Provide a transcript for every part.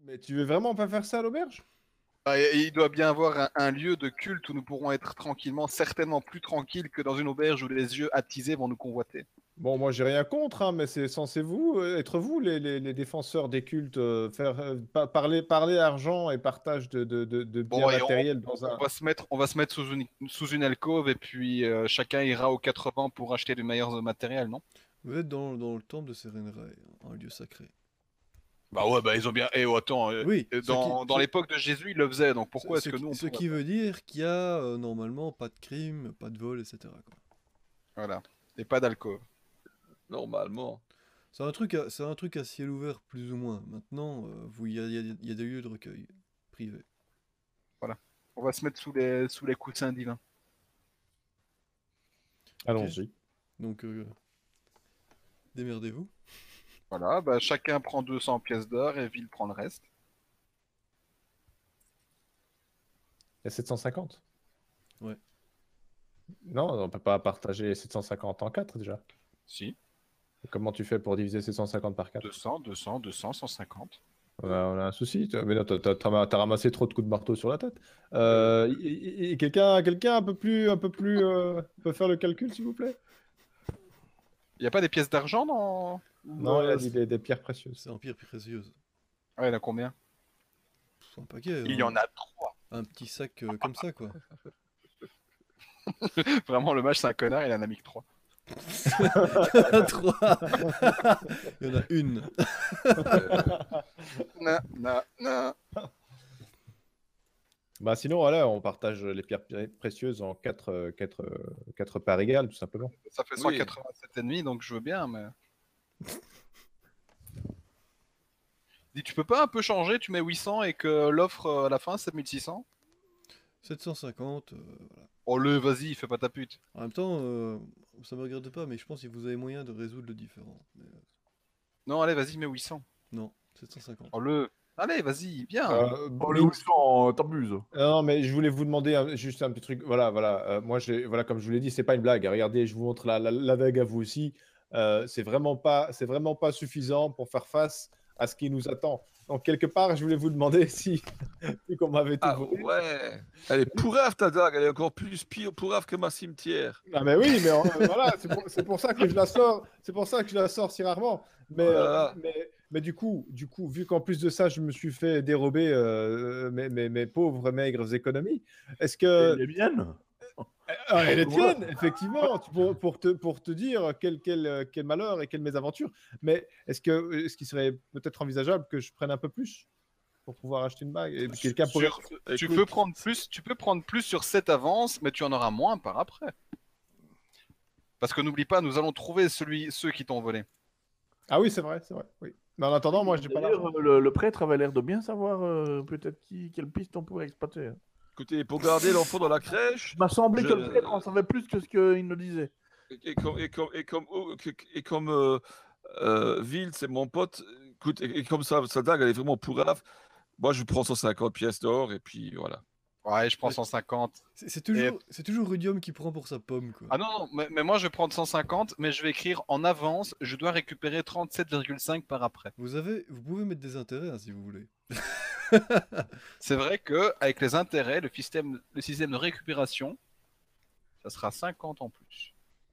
Mais tu veux vraiment pas faire ça à l'auberge? Et il doit bien avoir un lieu de culte où nous pourrons être tranquillement, certainement plus tranquilles que dans une auberge où les yeux attisés vont nous convoiter. Bon, moi j'ai rien contre, hein, mais c'est censé vous être vous les défenseurs des cultes, faire parler argent et partage de biens Bon, et matériels dans un. on va se mettre sous une alcôve et puis chacun ira aux 80 pour acheter du meilleur matériel, non? Vous êtes dans le temple de Serenrai, un lieu sacré. Bah ouais, bah ils ont bien. Eh, oh, attends, Oui, dans l'époque de Jésus, ils le faisaient, donc pourquoi est-ce que nous on ce pourrait qui pas? veut dire qu'il y a normalement pas de crime, pas de vol, etc. quoi. Voilà. Et pas d'alcôve. Normalement. C'est un truc à ciel ouvert plus ou moins. Maintenant, il y a des lieux de recueil privés. Voilà. On va se mettre sous les coussins divins. Allons-y. Donc, démerdez-vous. Voilà, bah chacun prend 200 pièces d'or et Ville prend le reste. Il y a 750. Ouais. Non, on peut pas partager 750 en 4 déjà. Si. Comment tu fais pour diviser 750 par 4? 200, 200, 200, 150. On a un souci. Mais non, t'as ramassé trop de coups de marteau sur la tête. Quelqu'un un peu plus peut faire le calcul, s'il vous plaît? Il n'y a pas des pièces d'argent dans. Non, il a dit des pierres précieuses. C'est un pierre précieuse. Ouais, il y en a combien? C'est un paquet. Il y en a 3. Un petit sac comme ça, quoi. Vraiment, le mage, c'est un connard, il en a mis que 3. Il y en a 3. Il y en a une. Non, non, non. Bah sinon, voilà, on partage les pierres précieuses en 4 parts égales, tout simplement. Ça fait 187,5, donc je veux bien, mais. Dis, tu peux pas un peu changer, tu mets 800 et que l'offre à la fin c'est 1600? 750, voilà. Oh vas-y, fais pas ta pute. En même temps, ça me regarde pas, mais je pense que vous avez moyen de résoudre le différent. Mais, Non, allez, vas-y, mets 800. non, 750. Oh allez, vas-y, bien. Oh, le 800, t'abuses. Non, mais je voulais vous demander juste un petit truc. Voilà. Moi, voilà, comme je vous l'ai dit, c'est pas une blague. Regardez, je vous montre la dague à vous aussi. C'est vraiment pas suffisant pour faire face à ce qui nous attend. Donc, quelque part, je voulais vous demander si, vu qu'on m'avait tout Ah volé. ouais. Elle est pourrave ta dague, elle est encore plus pire pourrave que ma cimetière. Ah, mais oui, mais voilà, c'est pour ça que je la sors. C'est pour ça que je la sors si rarement. Mais, Voilà. mais du coup, vu qu'en plus de ça, je me suis fait dérober mes pauvres maigres économies, est-ce que. Les miennes. Elle est tienne, effectivement, pour te dire quel malheur et quelle mésaventure. Mais est-ce qu'il serait peut-être envisageable que je prenne un peu plus pour pouvoir acheter une bague et quelqu'un pourrait... Tu peux prendre plus sur cette avance, mais tu en auras moins par après. Parce que n'oublie pas, nous allons trouver ceux qui t'ont volé. Ah oui, c'est vrai, oui. Mais en attendant, moi, j'ai pas l'argent. D'ailleurs, le prêtre avait l'air de bien savoir peut-être quelle piste on pourrait exploiter. Écoutez, pour garder l'enfant dans la crèche, Il m'a semblé que le prêtre en savait plus que ce qu'il nous disait. et comme Ville, c'est mon pote, écoute, et comme ça, sa dague, elle est vraiment pourrave. Moi, je prends 150 pièces d'or et puis voilà. Ouais, je prends 150. C'est toujours Rudium qui prend pour sa pomme, quoi. Ah non, mais moi je vais prendre 150, mais je vais écrire en avance, je dois récupérer 37,5 par après. Vous pouvez mettre des intérêts, hein, si vous voulez. C'est vrai que avec les intérêts, le système de récupération, ça sera 50 en plus.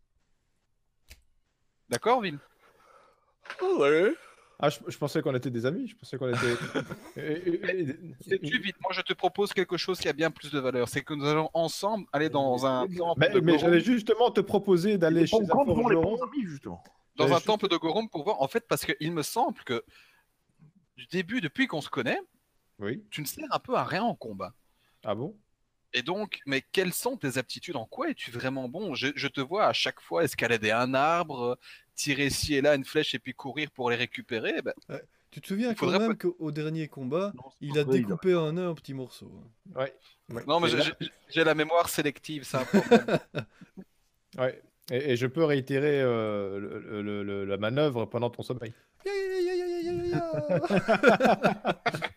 D'accord, Ville? Ouais. Ah, je pensais qu'on était des amis, je pensais qu'on était... Sais-tu, vite, moi je te propose quelque chose qui a bien plus de valeur, c'est que nous allons ensemble aller dans un temple de Mais j'allais Gorum, justement te proposer d'aller chez un Quand vont les forgeron. bons amis, justement. dans un temple de Gorum pour voir, en fait, parce qu'il me semble que du début, depuis qu'on se connaît, Oui. tu ne sers un peu à rien en combat. Ah bon? Et donc, mais quelles sont tes aptitudes? En quoi es-tu vraiment bon? Je te vois à chaque fois escalader un arbre, tirer ci et là une flèche et puis courir pour les récupérer. Ben, Tu te souviens Il quand faudrait même qu'au dernier combat, Non, c'est il pas a vrai, découpé un œuf en petits morceaux. Hein. Ouais. non, mais Et là- j'ai la mémoire sélective, c'est un problème. Ouais. Et je peux réitérer la manœuvre pendant ton sommeil. Ya, ya, ya, ya, ya, ya, ya.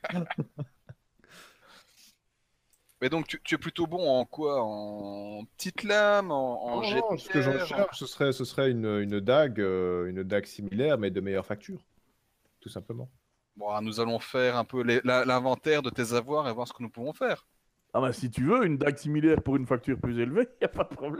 Mais donc, tu es plutôt bon en quoi? En petite lame, en jet Non, de ce que je pierre, recherche, ce serait une dague similaire, mais de meilleure facture, tout simplement. Bon, nous allons faire un peu l'inventaire de tes avoirs et voir ce que nous pouvons faire. Ah bah si tu veux, une dague similaire pour une facture plus élevée, y a pas de problème.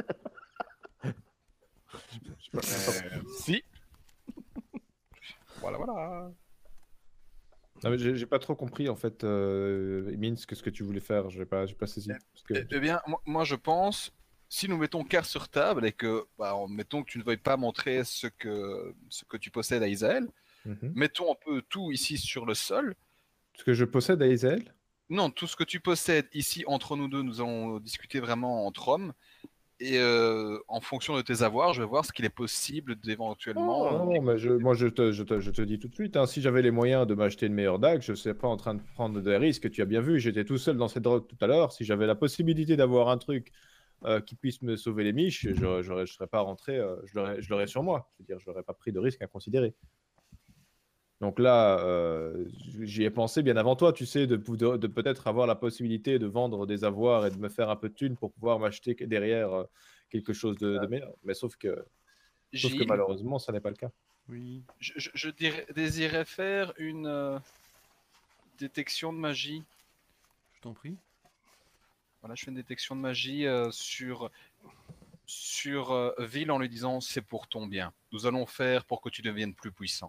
Si. Voilà, voilà. Non, mais j'ai pas trop compris en fait, Minsk, ce que tu voulais faire. J'ai pas saisi. Parce que... Eh bien, moi, je pense, si nous mettons carte sur table et que, mettons que tu ne veuilles pas montrer ce que tu possèdes à Isaël, Mhm. mettons un peu tout ici sur le sol. Ce que je possède à Israël. Non, tout ce que tu possèdes ici entre nous deux, nous allons discuter vraiment entre hommes. Et en fonction de tes avoirs, je vais voir ce qu'il est possible d'éventuellement. Non, mais moi je te dis tout de suite, hein, si j'avais les moyens de m'acheter une meilleure dague, je ne serais pas en train de prendre des risques. Tu as bien vu, j'étais tout seul dans cette drogue tout à l'heure. Si j'avais la possibilité d'avoir un truc qui puisse me sauver les miches, je ne serais pas rentré, je l'aurais sur moi. Je veux dire, je n'aurais pas pris de risque inconsidéré. Donc là, j'y ai pensé bien avant toi, tu sais, de peut-être avoir la possibilité de vendre des avoirs et de me faire un peu de thunes pour pouvoir m'acheter derrière quelque chose de meilleur. Mais sauf que Gilles, malheureusement, ça n'est pas le cas. Oui. désirais faire une détection de magie. Je t'en prie. Voilà, je fais une détection de magie sur Ville en lui disant c'est pour ton bien. Nous allons faire pour que tu deviennes plus puissant.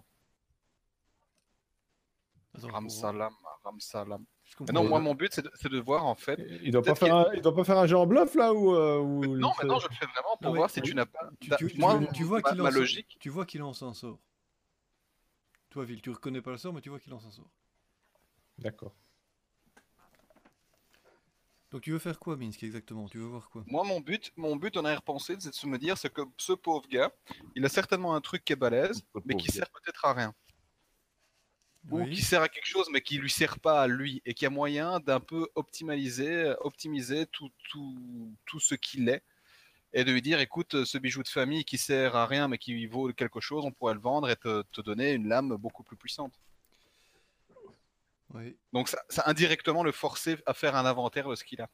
Attends, Ramsalam, Ramsalam. je Mais comprends non, moi pas. mon but c'est de voir en fait. Il doit pas Peut-être qu'il- il doit pas faire un jeu en bluff là ou Non, mais non, je le fais vraiment pour Non, mais voir si oui. tu n'as pas. Tu vois qu'il ma lance, logique. tu vois qu'il lance un sort. Toi, Ville, tu reconnais pas le sort, mais tu vois qu'il lance un sort. D'accord. Donc tu veux faire quoi, Minsk, exactement? Tu veux voir quoi? Moi, mon but en arrière-pensée, c'est de se me dire, c'est que ce pauvre gars, il a certainement un truc qui est balèze, Le mais pauvre qui gars. sert peut-être à rien. Ou Oui. qui sert à quelque chose, mais qui lui sert pas à lui, et qui a moyen d'un peu optimiser tout ce qu'il est, et de lui dire, écoute, ce bijou de famille qui sert à rien, mais qui vaut quelque chose, on pourrait le vendre et te donner une lame beaucoup plus puissante. Oui. Donc ça indirectement le forcer à faire un inventaire de ce qu'il a.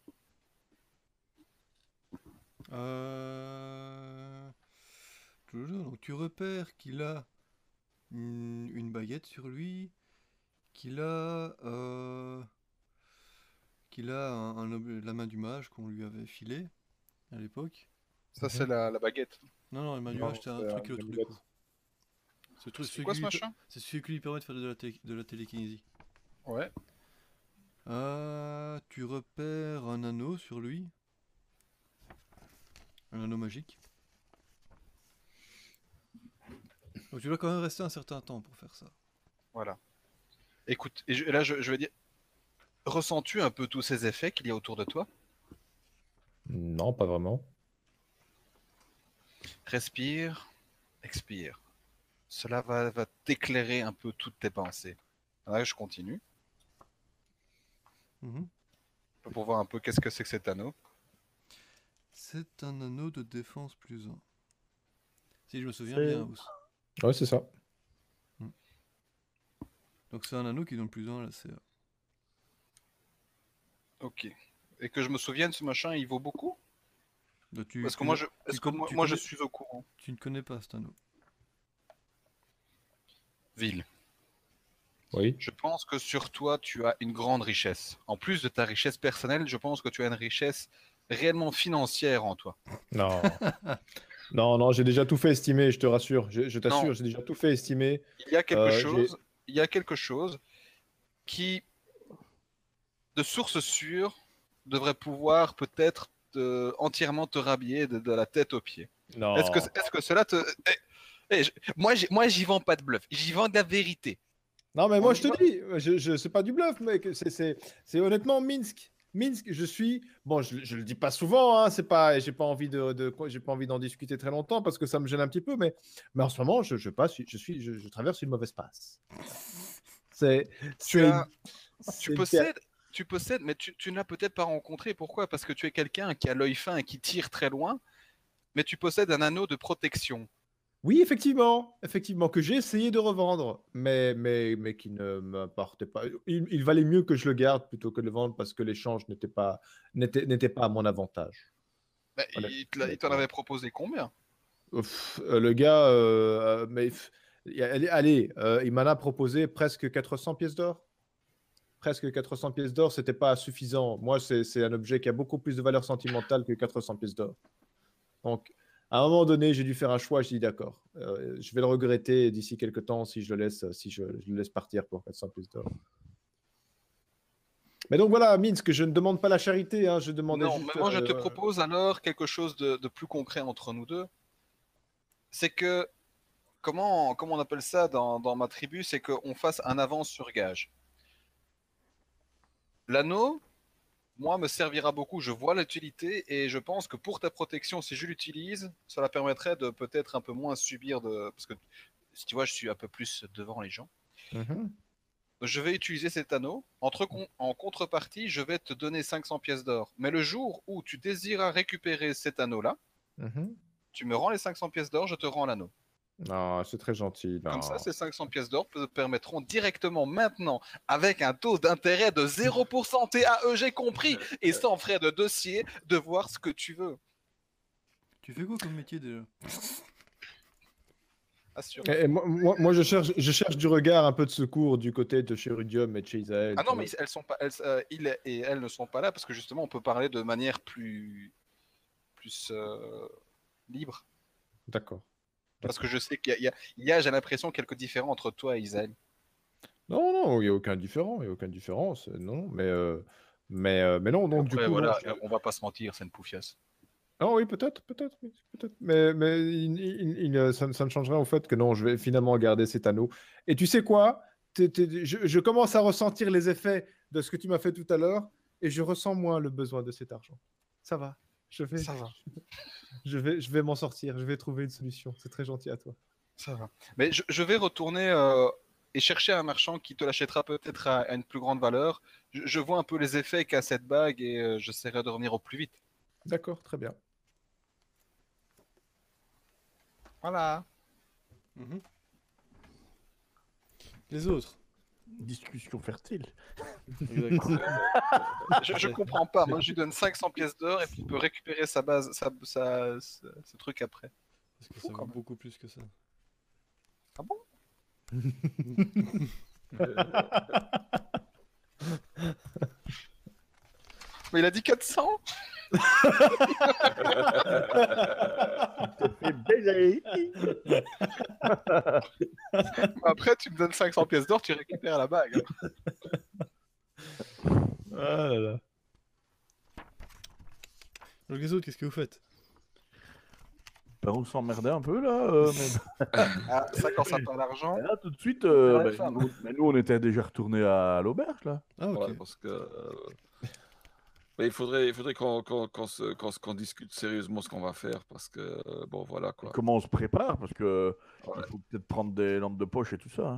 Donc tu repères qu'il a une baguette sur lui, qu'il a la main du mage qu'on lui avait filé à l'époque. Ça, c'est la baguette. Non, la main du Non, mage, c'était un c'est truc un qui le trouve amulette. coup. C'est quoi ce machin? C'est celui qui lui permet de faire de la télékinésie. Ouais. Tu repères un anneau sur lui. Un anneau magique. Donc tu dois quand même rester un certain temps pour faire ça. Voilà. Écoute, et là, je vais dire, ressens-tu un peu tous ces effets qu'il y a autour de toi? Non, pas vraiment. Respire, expire. Cela va t'éclairer un peu toutes tes pensées. Là, je continue Mhm. pour voir un peu qu'est-ce que c'est que cet anneau. C'est un anneau de défense plus 1. Si je me souviens C'est- bien, Ous. Ouais, c'est ça. Donc c'est un anneau qui donne plus 1 à la CA. Ok. Et que je me souvienne, ce machin, il vaut beaucoup? Bah, Parce que tu moi, l'as- je, tu est-ce que connais- moi, tu moi, je connais- suis au courant. Tu ne connais pas cet anneau. Ville. Oui. Je pense que sur toi, tu as une grande richesse. En plus de ta richesse personnelle, je pense que tu as une richesse réellement financière en toi. Non. non, j'ai déjà tout fait estimer, je te rassure. Je t'assure, Non. j'ai déjà tout fait estimer. Il y a quelque j'ai- chose, il y a quelque chose qui, de source sûre, devrait pouvoir peut-être entièrement te rhabiller de la tête aux pieds. Non. Est-ce que cela te... moi, j'y vends pas de bluff. J'y vends de la vérité. Non, mais On moi, y je te dis, c'est pas du bluff, mec. C'est honnêtement Minsk. Minsk, je suis. Bon, je le dis pas souvent, hein, c'est pas. J'ai pas envie j'ai pas envie d'en discuter très longtemps parce que ça me gêne un petit peu, mais en ce moment, je traverse une mauvaise passe. C'est. Tu possèdes, mais tu ne l'as peut-être pas rencontré. Pourquoi? Parce que tu es quelqu'un qui a l'œil fin et qui tire très loin, mais tu possèdes un anneau de protection. Oui, effectivement, que j'ai essayé de revendre, mais qui ne m'apportait pas. Il valait mieux que je le garde plutôt que de le vendre parce que l'échange n'était pas à mon avantage. Bah, Honnête- il t'en honnêtement. avait proposé combien? Le gars, mais Allez, il m'en a proposé presque 400 pièces d'or. Presque 400 pièces d'or, c'était pas suffisant. Moi, c'est un objet qui a beaucoup plus de valeur sentimentale que 400 pièces d'or. Donc, à un moment donné, j'ai dû faire un choix. J'ai dit d'accord, je vais le regretter d'ici quelques temps si je le laisse partir pour 400 pièces d'or. Mais donc voilà, Minsk, je ne demande pas la charité, hein, je demandais Non, juste. mais moi je te propose alors quelque chose de plus concret entre nous deux. C'est que, comment on appelle ça dans ma tribu, c'est qu'on fasse un avance sur gage. L'anneau, moi, me servira beaucoup. Je vois l'utilité et je pense que pour ta protection, si je l'utilise, cela permettrait de peut-être un peu moins subir de. Parce que si tu vois, je suis un peu plus devant les gens. Mhm. Je vais utiliser cet anneau. En contrepartie, je vais te donner 500 pièces d'or. Mais le jour où tu désiras récupérer cet anneau-là, Mhm. tu me rends les 500 pièces d'or, je te rends l'anneau. Non, c'est très gentil. Comme non. ça, ces 500 pièces d'or te permettront directement maintenant, avec un taux d'intérêt de 0% TAE, j'ai compris, et sans frais de dossier, de voir ce que tu veux. Tu fais quoi comme métier déjà? Assure. Et moi, je cherche du regard, un peu de secours du côté de chez Rudium et de chez Isaël. Ah non, tu mais vois. elles sont pas, il et elle ne sont pas là parce que justement, on peut parler de manière plus libre. D'accord. Parce que je sais qu'il y a, j'ai l'impression, quelques différences entre toi et Isaël. Non, non, il n'y a aucun différent, il y a aucune différence. Non, mais non, donc du Après, coup, voilà, non, on va pas se mentir, c'est une poufiasse. ah oui, peut-être, oui, peut-être. Mais ça ne changerait au fait que non, je vais finalement garder cet anneau. Et tu sais quoi? Je commence à ressentir les effets de ce que tu m'as fait tout à l'heure et je ressens moins le besoin de cet argent. Ça va, Ça va. je vais m'en sortir, je vais trouver une solution. C'est très gentil à toi. Ça va. Mais je vais retourner et chercher un marchand qui te l'achètera peut-être à une plus grande valeur. Je vois un peu les effets qu'a cette bague et j'essaierai de revenir au plus vite. D'accord, très bien. Voilà. Mhm. Les autres. Discussion fertile. Exact. Je comprends pas. Moi, je lui donne 500 pièces d'or et puis il peut récupérer sa base, ce truc après. Parce que Fou, ça quand vaut même. beaucoup plus que ça. Ah bon? Mais il a dit 400? Fait baiser. Après, tu me donnes 500 pièces d'or, tu récupères la bague. Ah là là. Donc les autres, qu'est-ce que vous faites? Ben, on s'emmerdait un peu là. Ah, ça, quand ça parle d'argent. Mais là, tout de suite, la ben, femme. nous, on était déjà retournés à l'auberge là. Ah ok. Ouais, parce que mais il faudrait qu'on discute sérieusement ce qu'on va faire parce que bon voilà quoi. Comment on se prépare? Parce que Ouais. il faut peut-être prendre des lampes de poche et tout ça.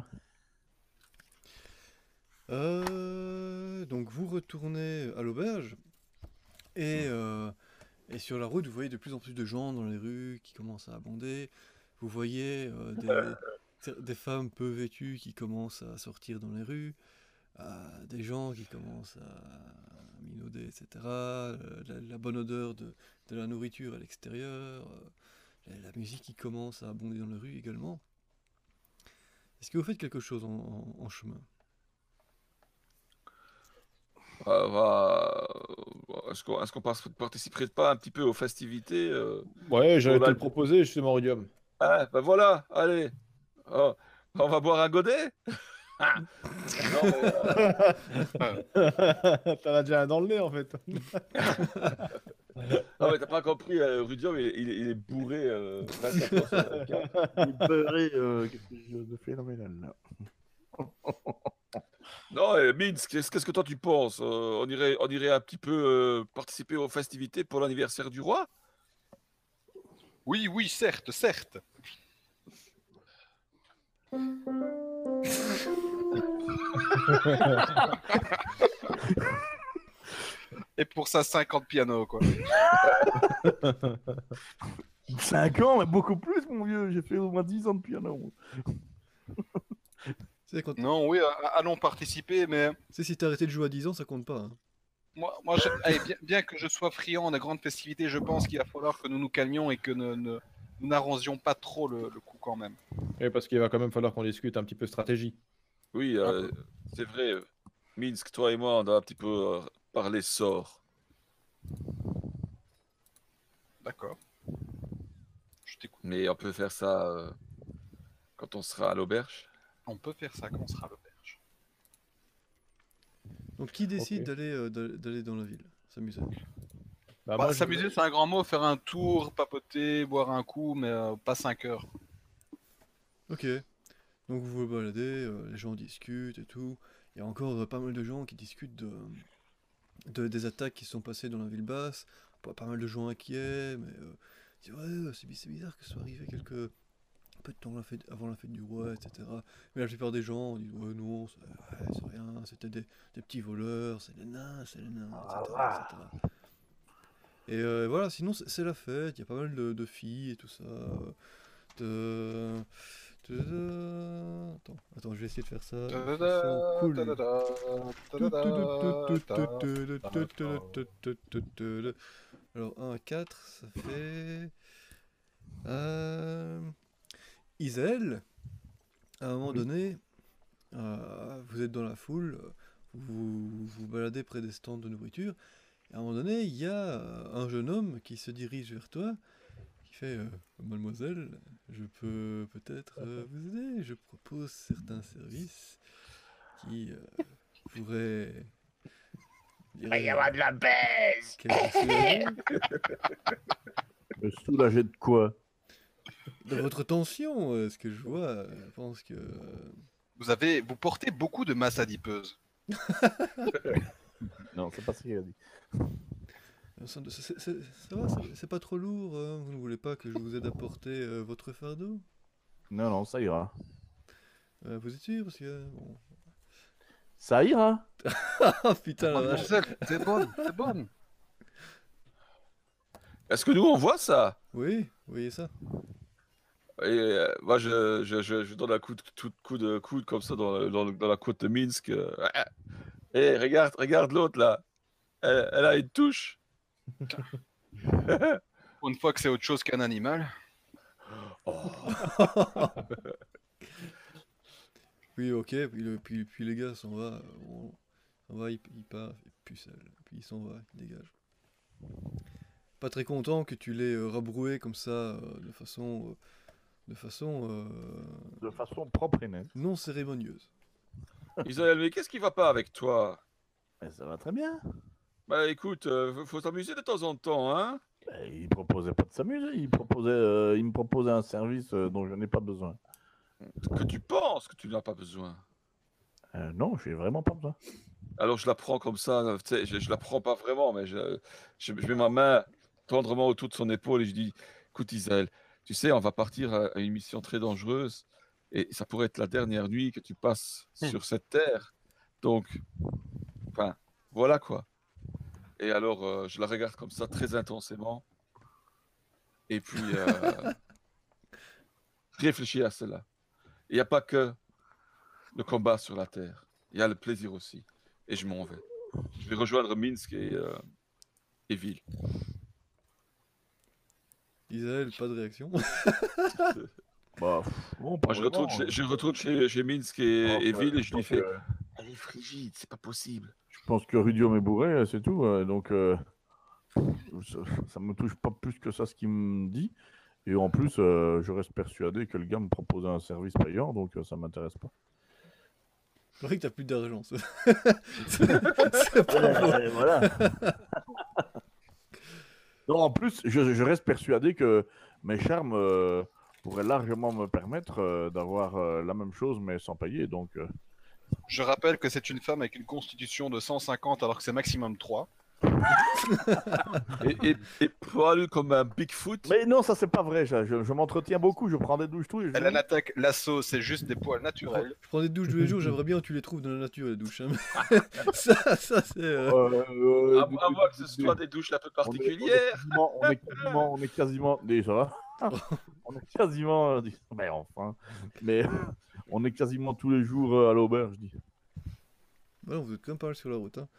Hein. Donc vous retournez à l'auberge et sur la route vous voyez de plus en plus de gens dans les rues qui commencent à abonder. Vous voyez des femmes peu vêtues qui commencent à sortir dans les rues, des gens qui commencent à minauder, etc. La bonne odeur de la nourriture à l'extérieur, la musique qui commence à abonder dans les rues également. Est-ce que vous faites quelque chose en chemin? Est-ce qu'on participerait pas un petit peu aux festivités Ouais, j'allais te Voilà. le proposer justement, Rudium. Ah, ben voilà, allez. Oh, on va boire un godet. Ah. Non, mais, T'en as déjà un dans le nez en fait. non, mais t'as pas compris, Rudium, il est bourré 24 heures sur 24. Il est beurré, quelque chose de phénoménal là. Non, Minsk, qu'est-ce que toi tu penses? On irait un petit peu participer aux festivités pour l'anniversaire du roi? Oui, oui, certes, certes. Et pour ça, 50 pianos, quoi. 5 ans, mais beaucoup plus, mon vieux. J'ai fait au moins 10 ans de piano. C'est quand... Non, oui, allons participer, mais C'est si t'as arrêté de jouer à 10 ans, ça compte pas. Hein. allez, bien que je sois friand des grandes festivités, je pense qu'il va falloir que nous nous calmions et que nous n'arrondions pas trop le coup quand même. Et parce qu'il va quand même falloir qu'on discute un petit peu stratégie. Oui, c'est vrai. Minsk, toi et moi, on a un petit peu parlé sort. D'accord. Je t'écoute. Mais on peut faire ça quand on sera à l'auberge. On peut faire ça quand on sera à l'auberge. Donc qui décide Ok. d'aller dans la ville? S'amuser. Bah, Bah, moi, je s'amuser, voudrais- c'est un grand mot. Faire un tour, papoter, boire un coup, mais pas 5 heures. Ok. Donc vous vous baladez, les gens discutent et tout. Il y a encore pas mal de gens qui discutent des attaques qui se sont passées dans la ville basse. Pas mal de gens inquiets, mais ils disent ouais, c'est bizarre que ce soit arrivé un peu de temps avant la fête du roi, etc. Mais la plupart des gens disent ouais non, c'est rien, c'était des petits voleurs, c'est les nains, etc. etc. Et voilà, sinon c'est la fête, il y a pas mal de filles et tout ça. De... Attends, je vais essayer de faire ça de façon cool. Alors 1 à 4, ça fait... Isel, à un moment donné, vous êtes dans la foule, vous vous baladez près des stands de nourriture, et à un moment donné, il y a un jeune homme qui se dirige vers toi, qui fait Mademoiselle, je peux peut-être vous aider, je propose certains services qui pourraient... Il va y avoir de la baisse. Quelques soulager Me soulager de quoi? de votre tension, ce que je vois, je pense que... Vous portez beaucoup de masse adipeuse. Non, c'est pas ce qu'il a dit. Ça va, c'est pas trop lourd, hein, vous ne voulez pas que je vous aide à porter votre fardeau? Non, non, ça ira. Vous êtes sûr? Parce que... Bon... Ça ira. Ah putain la vache! Mademoiselle, c'est bonne, c'est bonne. Est-ce que nous, on voit ça? Oui, vous voyez ça? Et moi, je donne un coup de coude comme ça dans la côte de Minsk. Et regarde l'autre là. Elle a une touche. Pour une fois que c'est autre chose qu'un animal. Oui, ok, puis les gars s'en va, il part, et pucelle, puis il s'en va, il dégage. Pas très content que tu l'aies rabroué comme ça, de façon De façon propre et nette. non cérémonieuse. Isaël, mais qu'est-ce qui va pas avec toi? Mais ça va très bien. Bah écoute, faut s'amuser de temps en temps, hein? Il proposait pas de s'amuser. Il me proposait un service dont je n'ai pas besoin. Que tu penses que tu n'as pas besoin. Non, je n'ai vraiment pas besoin. Alors je la prends comme ça, tu sais, je la prends pas vraiment, mais je mets ma main tendrement autour de son épaule et je dis, écoute Isaël, tu sais, on va partir à une mission très dangereuse et ça pourrait être la dernière nuit que tu passes sur cette terre. Donc, enfin, voilà quoi. Et alors, je la regarde comme ça très intensément. Et puis, réfléchis à cela. Il n'y a pas que le combat sur la terre. Il y a le plaisir aussi. Et je m'en vais. Je vais rejoindre Minsk et Ville. Isaël, pas de réaction. Bah, bon, Moi, je retourne chez Minsk et Ville et je lui fais que, elle est frigide, c'est pas possible. je pense que Rudium est bourré, c'est tout. Donc, ça me touche pas plus que ça ce qu'il me dit. Et en plus, je reste persuadé que le gars me proposait un service payant, donc ça m'intéresse pas. C'est vrai que t'as plus d'argent. C'est pas beau. Voilà. Non, en plus, je reste persuadé que mes charmes pourraient largement me permettre d'avoir la même chose, mais sans payer. Donc, Je rappelle que c'est une femme avec une constitution de 150 alors que c'est maximum 3. Et poilu comme un Bigfoot. mais non, ça c'est pas vrai. Je m'entretiens beaucoup, je prends des douches tous les jours. Elle a l'attaque, l'assaut, c'est juste des poils naturels. Je prends des douches tous les jours, j'aimerais bien que tu les trouves dans la nature, les douches. Hein. ça c'est... À moins que ce soit des douches un peu particulières. On est quasiment. Déjà. On est quasiment. Mais enfin. Mais on est quasiment tous les jours à l'auberge, je dis. Voilà, vous êtes quand même pas mal sur la route. Hein.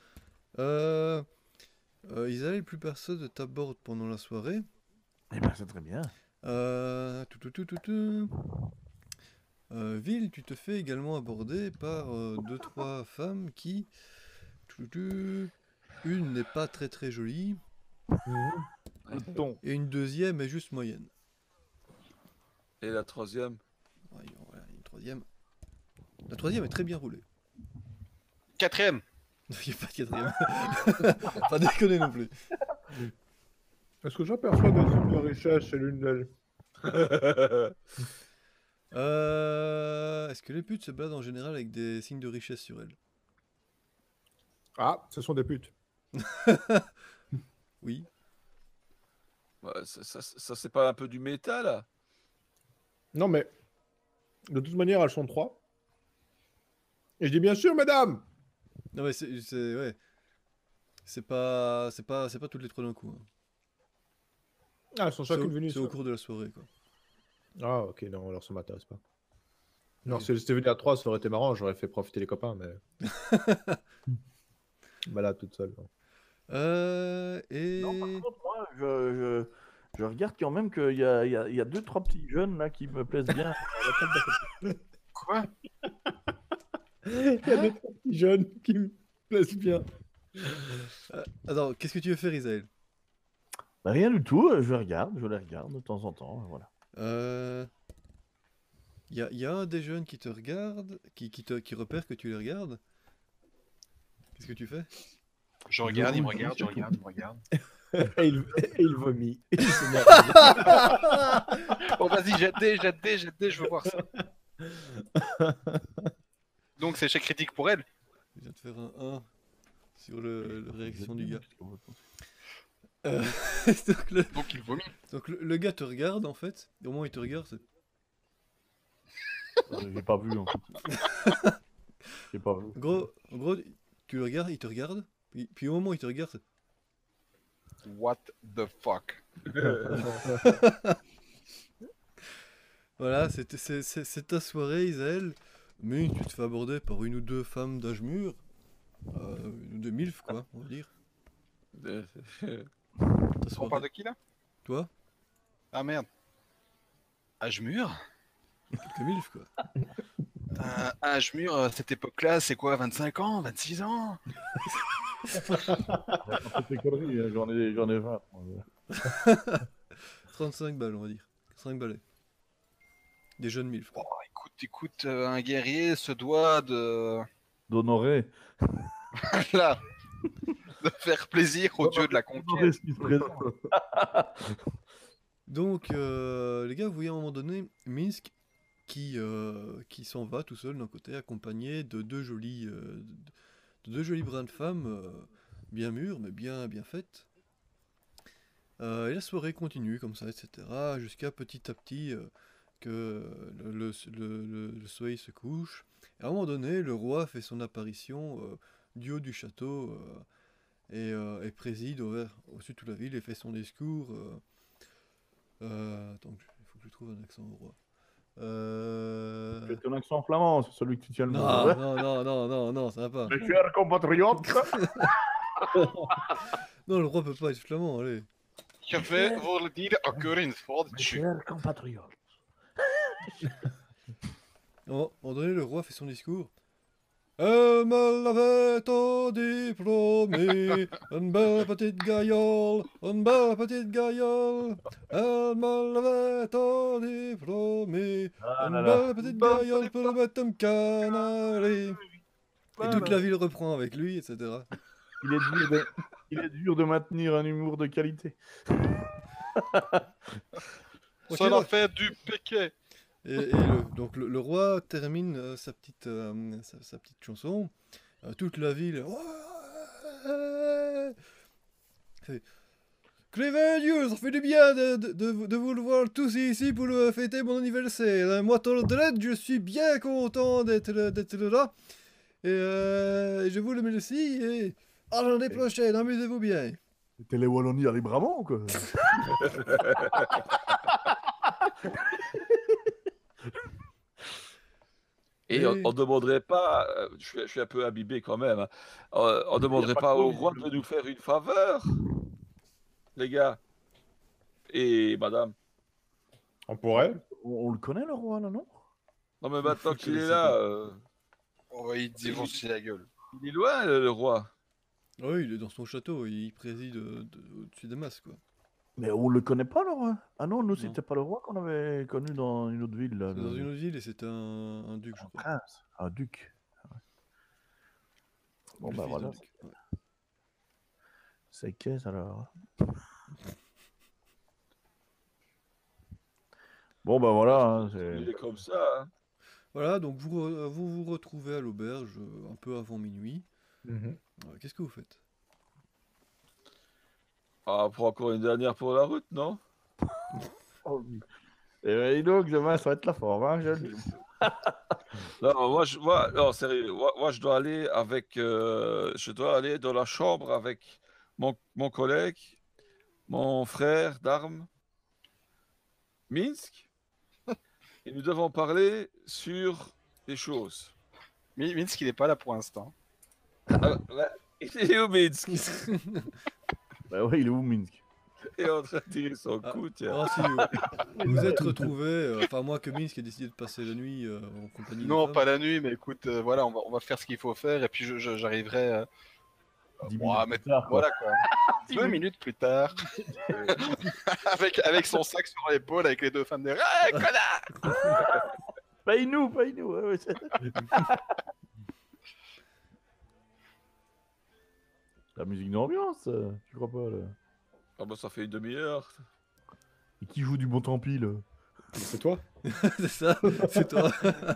Isaël, plus personne ne t'aborde pendant la soirée. Eh ben, c'est très bien. Tout. Ville, tu te fais également aborder par 2-3 femmes qui... Une n'est pas très très jolie, Le ton. et une deuxième est juste moyenne. Et la troisième? Ouais, voilà, une troisième. La troisième est très bien roulée. Quatrième. Il n'y a pas de quatrième. Pas déconner non plus. Est-ce que j'aperçois des signes de richesse chez l'une d'elles? Est-ce que les putes se baladent en général avec des signes de richesse sur elles? Ah, ce sont des putes. Oui. Ouais, ça, c'est pas un peu du méta, là? Non, mais de toute manière, elles sont 3. Et je dis bien sûr, madame. Non mais ouais. C'est pas toutes les trois d'un coup, hein. Ah, elles sont chacune venues. C'est au cours de la soirée, quoi. Ah, ok, non, alors ça m'intéresse pas. Non, Ok. si elles étaient venues à 3, ça aurait été marrant, j'aurais fait profiter les copains, mais. Bah là, toute seule. Non. Et... Non, par contre, moi, je regarde quand même qu'il y a 2-3 petits jeunes là qui me plaisent bien. Quoi? Il y a des petits jeunes qui me plaisent bien. Attends, qu'est-ce que tu veux faire, Isaël? Bah, rien du tout, je les regarde de temps en temps, voilà. Y a un des jeunes qui te regarde, qui repère que tu les regardes. Qu'est-ce que tu fais? Je regarde, il me roule regarde, dessus, je regarde, il me regarde. Et il vomit. Il s'énerve. Bon, vas-y, jette des, je veux voir ça. Donc, c'est échec critique pour elle. Je viens de faire un 1 sur la réaction du gars. Donc, Donc, il vomit. le gars te regarde en fait. Au moment où il te regarde, c'est... J'ai pas vu en fait. J'ai pas vu. En gros, tu le regardes, il te regarde. Puis au moment où il te regarde, c'est... What the fuck? Voilà, c'est ta soirée, Isaël. Mais tu te fais aborder par une ou deux femmes d'âge mûr. Une ou deux milfs, quoi, on va dire. Ta On soirée. parle de qui là? Toi, Ah merde. Âge mûr? quelques milfs, quoi. Âge mûr, à cette époque-là, c'est quoi? 25 ans? 26 ans? C'est des conneries, hein, j'en ai 20. moi. 35 balles, on va dire. 5 balais. Des jeunes milfs, quoi. Oh, écoute, un guerrier se doit de... D'honorer. Là, de faire plaisir aux dieux de la D'honorer conquête. ce qui se présente. Donc, les gars, vous voyez à un moment donné Minsk qui s'en va tout seul d'un côté, accompagné de deux jolies brins de femmes, bien mûres, mais bien faites. Et la soirée continue comme ça, etc. Jusqu'à petit à petit que le soleil se couche. Et à un moment donné, le roi fait son apparition du haut du château et préside au-dessus de toute la ville et fait son discours. Attends, il faut que je trouve un accent au roi. C'est ton accent flamand, c'est celui que tu tiens le Non, mot. non, ça va pas. Mes chers compatriotes. Non, le roi peut pas être flamand, allez. Je vais vous le dire encore une fois. Mes chers compatriotes. À un moment donné, le roi fait son discours. Elle me l'avait tant dit, promis, une belle petite gaillole, une belle petite gaillole. Elle me l'avait tant dit, promis, Ah une là là. belle petite gaillole pour mettre un canari. Et toute la ville reprend avec lui, etc. Il est dur de maintenir un humour de qualité. Ok, Ça en fait du piquet. Donc le roi termine sa petite chanson. Toute la ville. Ouais, fait, Crevez Dieu, ça fait du bien de vous le voir tous ici pour fêter mon anniversaire. Moi, Tordred, je suis bien content d'être là. Et je vous le remercie. Et à l'année prochaine, amusez-vous bien. C'était les Wallonie à les Brabants, quoi. Et on demanderait pas, je suis un peu imbibé quand même, hein, on demanderait pas au roi de nous faire une faveur, les gars et madame. On pourrait. On le connaît, le roi, là, non? Non, mais Faut maintenant le qu'il est connaissez là, pas. Oh, il dit vont se la gueule. il est loin, le roi. Ah oui, il est dans son château, il préside au-dessus des masses, quoi. Mais on le connaît pas, le roi. Ah non, nous, Non. c'était pas le roi qu'on avait connu dans une autre ville. Là, C'est dans une autre ville et c'est un duc, je Un crois. prince, un duc. Ah ouais. Bon, Le bah fils d'un voilà. duc. Ouais. C'est qu'est-ce alors? Bon, bah voilà. Hein, Il est comme ça. Hein. Voilà, donc vous retrouvez à l'auberge un peu avant minuit. Mhm. Qu'est-ce que vous faites? Ah, on prend encore une dernière pour la route, non? Oh, oui. Et donc, demain, ça va être la forme. Hein, je le dis. Non, non, sérieux, moi, je dois aller je dois aller dans la chambre avec mon collègue, mon frère d'armes, Minsk, et nous devons parler sur des choses. Minsk, il est pas là pour l'instant. Ah, ouais, il est où Minsk? Bah ouais, il est où, Minsk? Il est en train de tirer son Ah, coup, tiens. Ah si, vous êtes retrouvés, enfin moi que Minsk a décidé de passer la nuit en compagnie des Non, femmes. pas la nuit, mais écoute, voilà, on va faire ce qu'il faut faire et puis j'arriverai 10 ouais, minutes mais plus tard, quoi. voilà quoi. 2 minutes plus tard, avec son sac sur l'épaule, avec les deux femmes derrière. Hey, connard! Paye-nous, paye-nous. Ouais, ouais, la musique d'ambiance, je crois pas. Là. Ah bah, ça fait une demi-heure. Et qui joue du bon tant pis, là? C'est toi? C'est ça, c'est toi.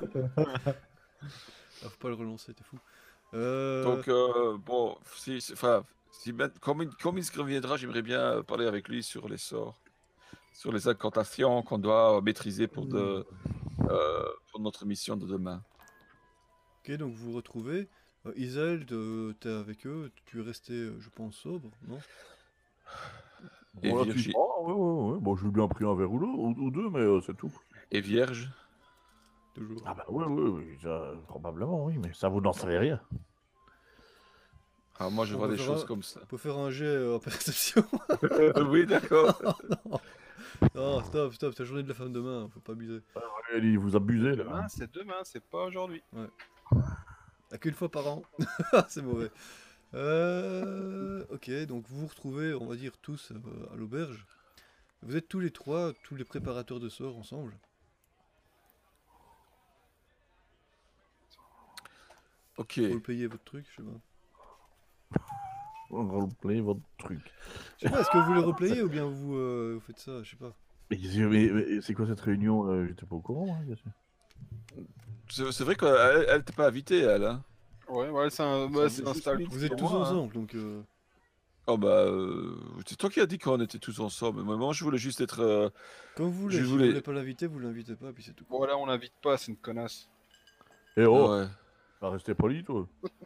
Ah, faut pas le relancer, t'es fou. Donc, bon, comme il se reviendra, j'aimerais bien parler avec lui sur les sorts, sur les incantations qu'on doit maîtriser pour notre mission de demain. Ok, donc vous vous retrouvez. Isaël, t'es avec eux, tu es resté, je pense, sobre, non? Et Bon, là, Virginie. ouais, ouais, ouais. Bon, je lui ai bien pris un verre ou deux, mais c'est tout. Et vierge. Toujours. Ah bah ouais, ouais, ouais, ça, probablement, oui, mais ça, vous n'en savez rien. Ah, moi, je On vois peut des faire choses un- comme ça. On peut faire un jet en perception. Oui, d'accord. Non, stop, c'est la journée de la femme demain, faut pas abuser. Il vous abusez, là. Demain, c'est pas aujourd'hui. Ah, qu'une fois par an. C'est mauvais. Ok, donc vous vous retrouvez, on va dire, tous à l'auberge. Vous êtes tous les trois, tous les préparateurs de sorts ensemble. Ok. Faut le payer votre truc, je sais pas. Roleplay votre truc. Je sais pas, est-ce que vous voulez replayer ou bien vous faites ça, je sais pas. Mais c'est quoi cette réunion? J'étais pas au courant, hein, bien sûr. C'est vrai qu'elle t'est pas invitée, elle. Hein. Ouais, c'est C'est installe juste tout Vous êtes pour tous moi, hein. ensemble, donc... Oh bah, c'est toi qui as dit qu'on était tous ensemble. Moi, je voulais juste être. Comme vous voulez, Je si vous voulais- voulez pas l'inviter, vous l'invitez pas, puis c'est tout. Bon, là, on l'invite pas, c'est une connasse. Eh oh, Ouais. va rester poli, toi.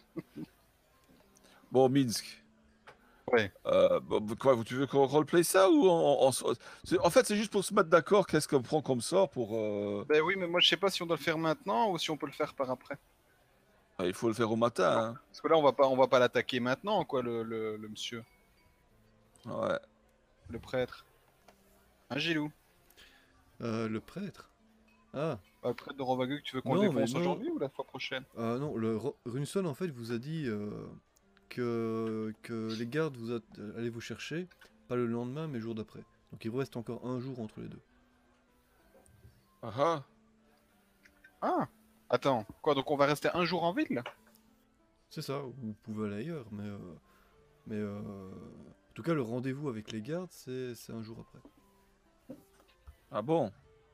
Bon, Minsk. Ouais. Quoi, tu veux qu'on roleplay ça ou en fait, c'est juste pour se mettre d'accord qu'est-ce qu'on prend comme sort pour. Ben oui, mais moi, je sais pas si on doit le faire maintenant ou si on peut le faire par après. Il faut le faire au matin. Parce que là, on va pas l'attaquer maintenant, quoi, le monsieur, Hein. Ouais. le prêtre. Un Gilou. Le prêtre. Ah, Le prêtre de Rovagug, tu veux qu'on Non, le mais défonce non. aujourd'hui ou la fois prochaine? non, Runson en fait vous a dit que les gardes allaient vous chercher, pas le lendemain, mais le jour d'après. Donc il vous reste encore un jour entre les deux. Ah ah. Ah! Attends, quoi, donc on va rester un jour en ville? C'est ça, vous pouvez aller ailleurs, mais en tout cas le rendez-vous avec les gardes c'est un jour après. Ah bon.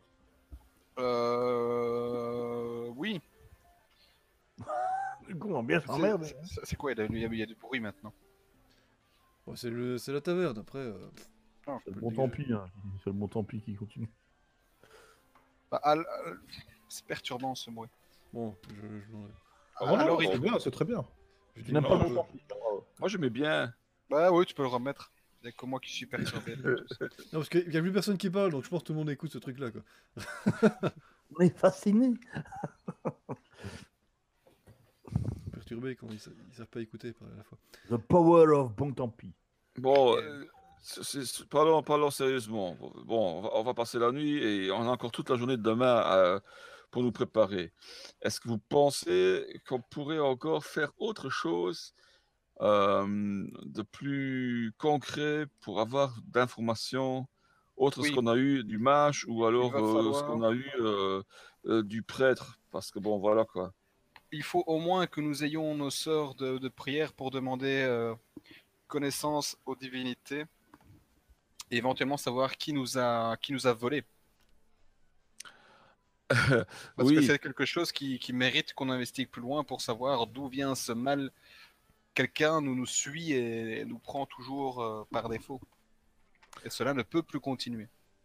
Oui. Comment bien s'emmerde. C'est quoi? Il y a du bruit maintenant. Bon, c'est la taverne, après... Ah, C'est le bon tant pis, hein. C'est le bon tant pis qui continue. bah, c'est perturbant ce bruit. Bon, je l'enlève. Ah, Alors, c'est il... bien, c'est très bien. Je Tu dis n'aimes non, pas un le peu. bon tant pis. Moi, j'aimais bien. Bah oui, tu peux le remettre. Il y a que moi qui suis perturbé. Non, parce qu'il y a plus personne qui parle, donc je pense que tout le monde écoute ce truc-là, quoi. On est fasciné. Perturbé quand ils savent pas écouter à la fois. The power of bon tant pis. Bon, Parlons sérieusement. Bon, on va passer la nuit et on a encore toute la journée de demain pour nous préparer. Est-ce que vous pensez qu'on pourrait encore faire autre chose de plus concret pour avoir d'informations autres ce Oui, qu'on a eu du mage ou alors va ce qu'on falloir. a eu du prêtre? Parce que bon, voilà quoi. Il faut au moins que nous ayons nos sœurs de prière pour demander connaissance aux divinités et éventuellement savoir qui nous a volé. Parce que Oui, c'est quelque chose qui mérite qu'on investigue plus loin pour savoir d'où vient ce mal. Quelqu'un nous suit et nous prend toujours par défaut. Et cela ne peut plus continuer.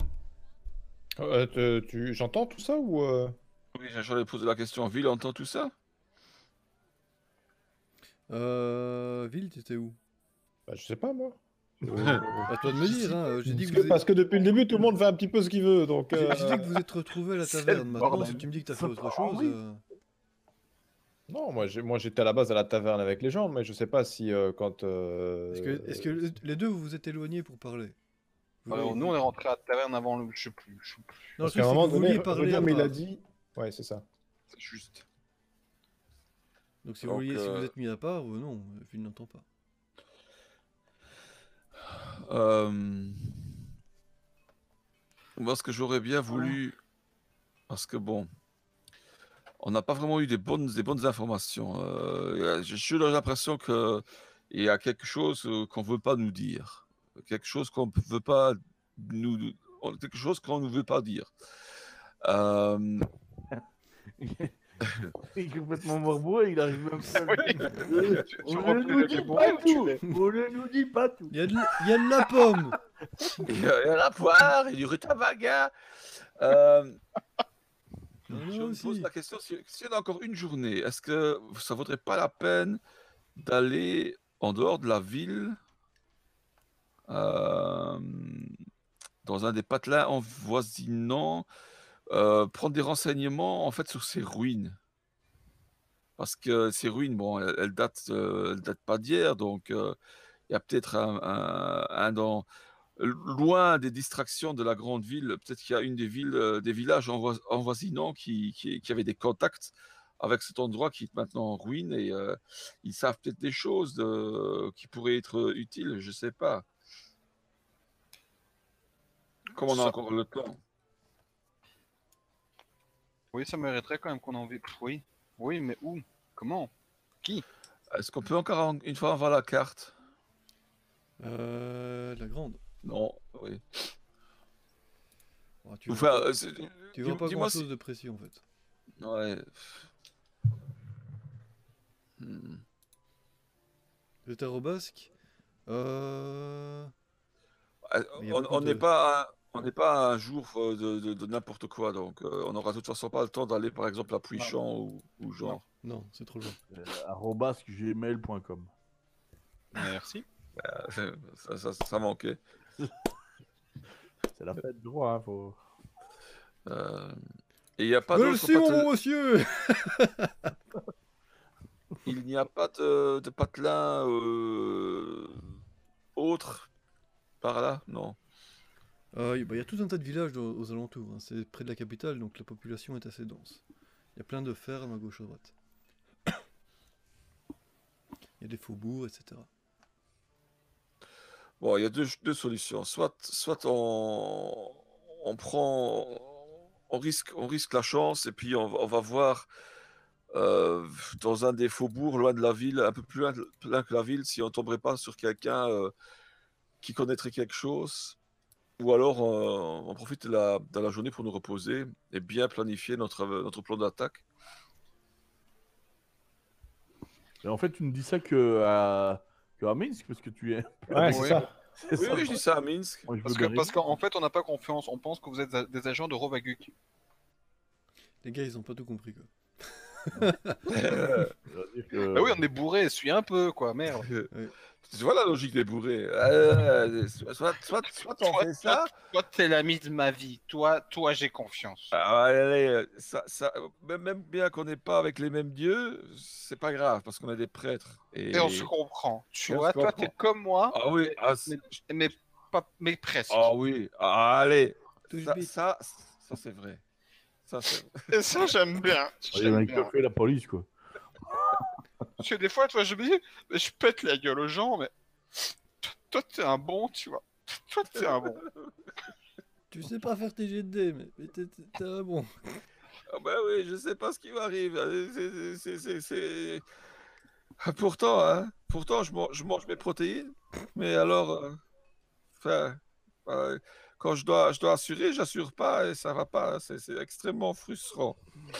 J'entends tout ça ou oui, j'allais poser la question. Ville entend tout ça? Ville, t'étais où? Bah, je sais pas moi. À toi de me dire, hein. J'ai dit Parce que que, vous parce que depuis le début, tout le monde fait un petit peu ce qu'il veut. Donc, j'ai dit que vous êtes retrouvés à la C'est taverne. le Maintenant, bordel. si tu me dis que t'as fait Ça autre part en chose, vrille. non, moi j'étais à la base à la taverne avec les gens, mais je sais pas si quand. est-ce que les deux vous vous êtes éloignés pour parler? Alors, nous, on est rentré à la taverne avant le. Je sais plus. Non, le Parce truc, qu'à un c'est que moment vous donné, vouliez parler à Rugam, il a part. dit. Ouais, c'est ça. C'est juste. Donc si Donc, si vous êtes mis à part, non, Ville n'entend pas. Moi, ce que j'aurais bien voulu, parce que bon, on n'a pas vraiment eu des bonnes informations. J'ai juste l'impression que il y a quelque chose qu'on veut pas nous dire, quelque chose qu'on veut pas nous, quelque chose qu'on ne veut pas dire. Euh, Il est complètement morbouré, il arrive même pas. Tu On ne repris nous le dit bourré pas ou tu tout. l'es? On ne nous dit pas tout. Il y a de la pomme. il y a la poire et du rutabaga. Euh, Il y en a je me pose aussi. la question, si on a encore une journée, est-ce que ça vaudrait pas la peine d'aller en dehors de la ville, euh, dans un des patelins envoisinants, prendre des renseignements en fait sur ces ruines? Parce que ces ruines, bon, elles datent pas d'hier, donc il y a peut-être loin des distractions de la grande ville, peut-être qu'il y a une des villes, des villages envoisinants qui avaient des contacts avec cet endroit qui est maintenant en ruine et ils savent peut-être des choses qui pourraient être utiles, je sais pas. Comme on a Ça- encore le temps. Oui, ça mériterait quand même qu'on en vive. Oui. Oui, mais où? Comment? Qui? Est-ce qu'on peut encore une fois avoir la carte? La grande. Non, oui. Oh, tu Enfin, vois, tu vois pas dis-moi grand-chose si... de précis en fait. Ouais. Hmm. Le tarot basque. Euh, Il y a On beaucoup n'est de. on n'est pas à un jour de n'importe quoi, donc on n'aura de toute façon pas le temps d'aller par exemple à Puichamp ou genre. Non, c'est trop loin. @gmail.com. Merci. Ça manquait. C'est la fête du roi, hein, faut. Et il n'y a pas d'autre Merci mon monsieur. il n'y a pas de patelin autre par là, non. Il y a tout un tas de villages aux alentours, hein. C'est près de la capitale, donc la population est assez dense. Il y a plein de fermes à gauche à droite. Il y a des faubourgs, etc. Bon, il y a deux solutions. Soit on prend, on risque la chance et puis on va voir dans un des faubourgs, loin de la ville, un peu plus loin que la ville, si on tomberait pas sur quelqu'un qui connaîtrait quelque chose. Ou alors on profite de la journée pour nous reposer et bien planifier notre plan d'attaque. Et en fait, tu ne dis ça que à Minsk, parce que tu es. Ouais, c'est Oui. ça. C'est Oui, ça. oui, je dis ça à Minsk. Moi, je Parce veux que bien parce rire. qu'en fait, on n'a pas confiance. On pense que vous êtes des agents de Rovaguk. Les gars, ils ont pas tout compris quoi. C'est-à-dire que- Bah oui, on est bourré. Suis un peu, quoi. Merde. Tu vois la logique des bourrés. Soit on fait ça. Toi, t'es l'ami de ma vie. Toi, j'ai confiance. Ah, allez, même bien qu'on n'est pas avec les mêmes dieux, c'est pas grave parce qu'on est des prêtres. Et on se comprend. Tu Et on vois, se toi, comprend. t'es comme moi. Ah oui, Mais Pas, mais presque. Ah oui, allez. Touche Ça, bite. ça, ça, c'est vrai. Ça, c'est vrai. Et ça, j'aime bien. Il y en J'aime a bien. que fait la police, quoi. Parce que des fois, toi, je me dis, mais je pète la gueule aux gens, mais toi, t'es un bon, tu vois. Toi, t'es un bon. Tu sais pas faire tes jets de dés, mais t'es un bon. Ah bah oui, je sais pas ce qui m'arrive. Pourtant, hein, pourtant je mange mes protéines, mais alors, enfin, euh, quand je dois assurer, j'assure pas et ça va pas. C'est extrêmement frustrant.